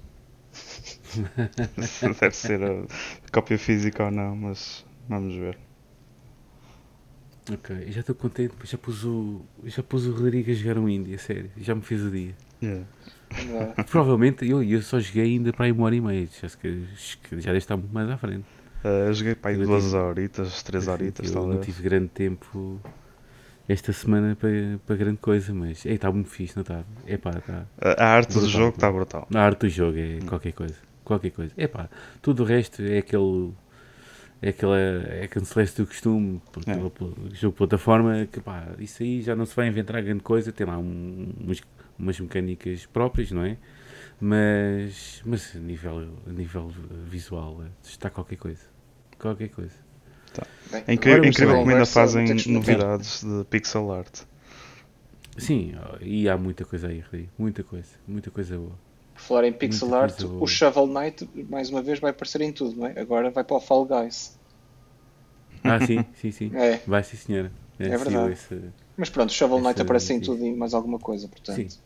Se deve ser a cópia física ou não, mas vamos ver. Ok, já estou contente, já pus o. Já pus o Rodrigo a jogar um indie, a sério. Já me fez o dia. Yeah. Não. Provavelmente eu, eu só joguei ainda para aí uma hora e meia. Já, que, já deve estar muito mais à frente. Uh, eu joguei para aí Eu não duas tive, horitas, três assim, horitas eu não talvez. tive grande tempo esta semana para, para grande coisa, mas ei, está muito fixe, não está? É pá, está A, a arte do brutal. jogo está brutal. A arte do jogo é qualquer coisa. Qualquer coisa. É pá, tudo o resto é aquele. É aquela. É aquele celeste do costume, porque É. aquele jogo de plataforma que pá, isso aí já não se vai inventar grande coisa, tem lá um, umas, umas mecânicas próprias, não é? Mas, mas a nível, a nível visual está qualquer coisa. Qualquer coisa. Bem, É incrível, agora é incrível esta como ainda conversa vou ter fazem que experimentar. novidades de pixel art. Sim, e há muita coisa aí, Rodrigo. Muita coisa. Muita coisa boa. Por falar em Muita pixel art, coisa o boa. Shovel Knight mais uma vez vai aparecer em tudo, não é? Agora vai para o Fall Guys. Ah, sim, sim, sim. É, Vai, sim, senhora. É, é saiu verdade. essa, Mas pronto, o Shovel Knight essa aparece em notícia. tudo e mais alguma coisa, Sim, portanto.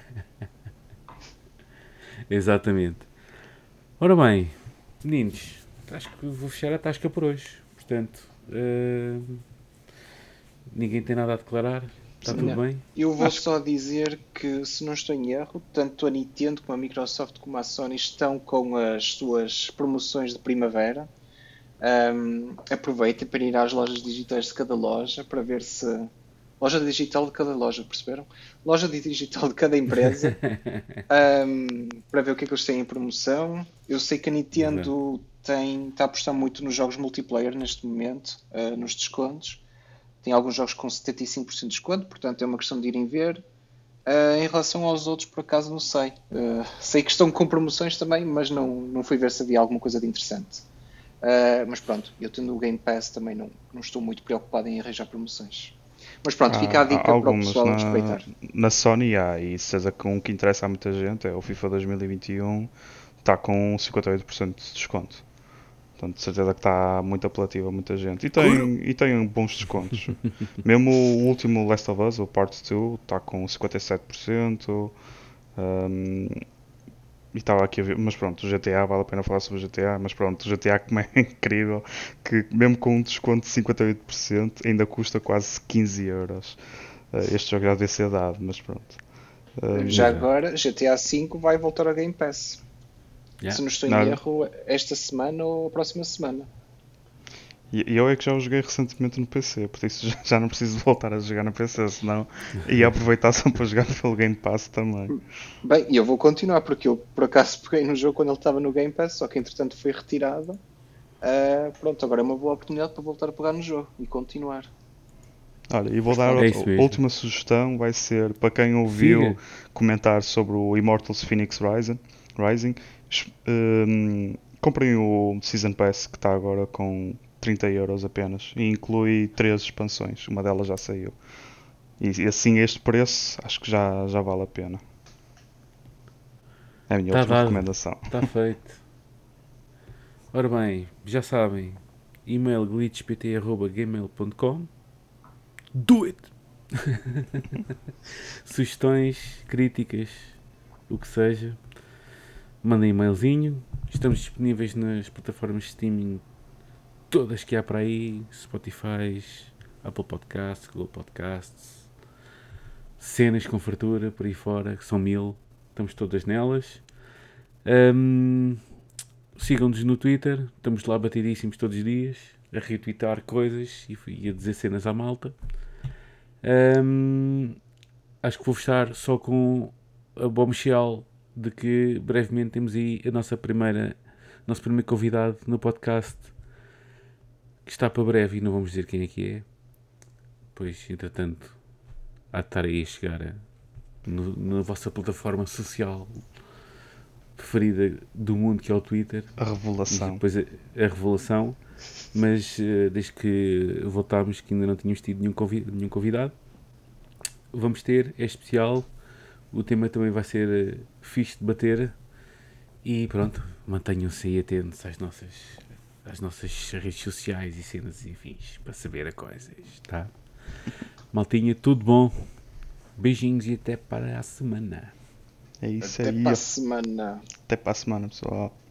exatamente. Ora bem, meninos, acho que vou fechar a tasca por hoje. Portanto, uh, ninguém tem nada a declarar. Está tudo Não. bem? Eu vou Acho só dizer que, se não estou em erro, tanto a Nintendo como a Microsoft como a Sony estão com as suas promoções de primavera. Um, aproveitem para ir às lojas digitais de cada loja para ver se. Loja digital de cada loja, perceberam? Loja digital de cada empresa um, para ver o que é que eles têm em promoção. Eu sei que a Exato. Nintendo tem, está a apostar muito nos jogos multiplayer neste momento, uh, nos descontos. Tem alguns jogos com setenta e cinco por cento de desconto, portanto é uma questão de irem ver. Uh, em relação aos outros, por acaso, não sei. Uh, sei que estão com promoções também, mas não, não fui ver se havia alguma coisa de interessante. Uh, mas pronto, eu tendo o Game Pass também não, não estou muito preocupado em arranjar promoções. Mas pronto, fica a há, há dica para o algumas pessoal a na, espreitar. na Sony há, e seja com um que interessa a muita gente, é o FIFA dois mil e vinte e um, está com cinquenta e oito por cento de desconto. Portanto, de certeza que está muito apelativo a muita gente. E tem, e tem bons descontos. Mesmo o último Last of Us, o Part dois, está com cinquenta e sete por cento. Um, e estava aqui a ver, mas pronto, o G T A, vale a pena falar sobre o G T A, mas pronto, o G T A como é incrível, que mesmo com um desconto de cinquenta e oito por cento ainda custa quase quinze euros. Uh, este jogo já devia ser dado, mas pronto. Um, Já Exato. agora, G T A V vai voltar ao Game Pass. Yeah. Se não estou em Não. erro, esta semana ou a próxima semana. E e eu é que já o joguei recentemente no P C, por isso já- já não preciso voltar a jogar no P C, senão ia aproveitar só para jogar pelo Game Pass também. Bem, e eu vou continuar, porque eu por acaso peguei no jogo quando ele estava no Game Pass, só que entretanto foi retirado. Uh, pronto, agora é uma boa oportunidade para voltar a pegar no jogo e continuar. Olha, e vou dar É outra- isso mesmo. última sugestão, vai ser para quem ouviu Siga. comentar sobre o Immortals Phoenix Rising, Rising es- hum, comprem o Season Pass que está agora com trinta euros apenas e inclui três expansões, uma delas já saiu. E e assim este preço acho que já, já vale a pena. É a minha Está última dado. recomendação. Está feito. Ora bem, já sabem. E-mail glitchpt arroba gmail ponto com. Do it! Sugestões, críticas, o que seja. Mandem e-mailzinho. Estamos disponíveis nas plataformas de streaming todas que há para aí. Spotify, Apple Podcasts, Google Podcasts. Cenas com fartura, por aí fora, que são mil. Estamos todas nelas. Ahm, Sigam-nos no Twitter. Estamos lá batidíssimos todos os dias. A retweetar coisas e, e a dizer cenas à malta. Ahm, acho que vou fechar só com a bombshell de que brevemente temos aí a nossa primeira, nosso primeiro convidado no podcast, que está para breve e não vamos dizer quem é que é, pois entretanto há de estar aí a chegar a, no, na vossa plataforma social preferida do mundo, que é o Twitter, A e revelação. depois a, a revelação, mas eh, desde que voltámos, que ainda não tínhamos tido nenhum convi- nenhum convidado, vamos ter, é especial. O tema também vai ser eh, fixe de bater. E pronto, mantenham-se aí atentos às nossas, às nossas redes sociais e cenas e afins para saber a coisas, tá? Maltinha, tudo bom? Beijinhos e até para a semana. É isso Até aí. para a semana. Até para a semana, pessoal.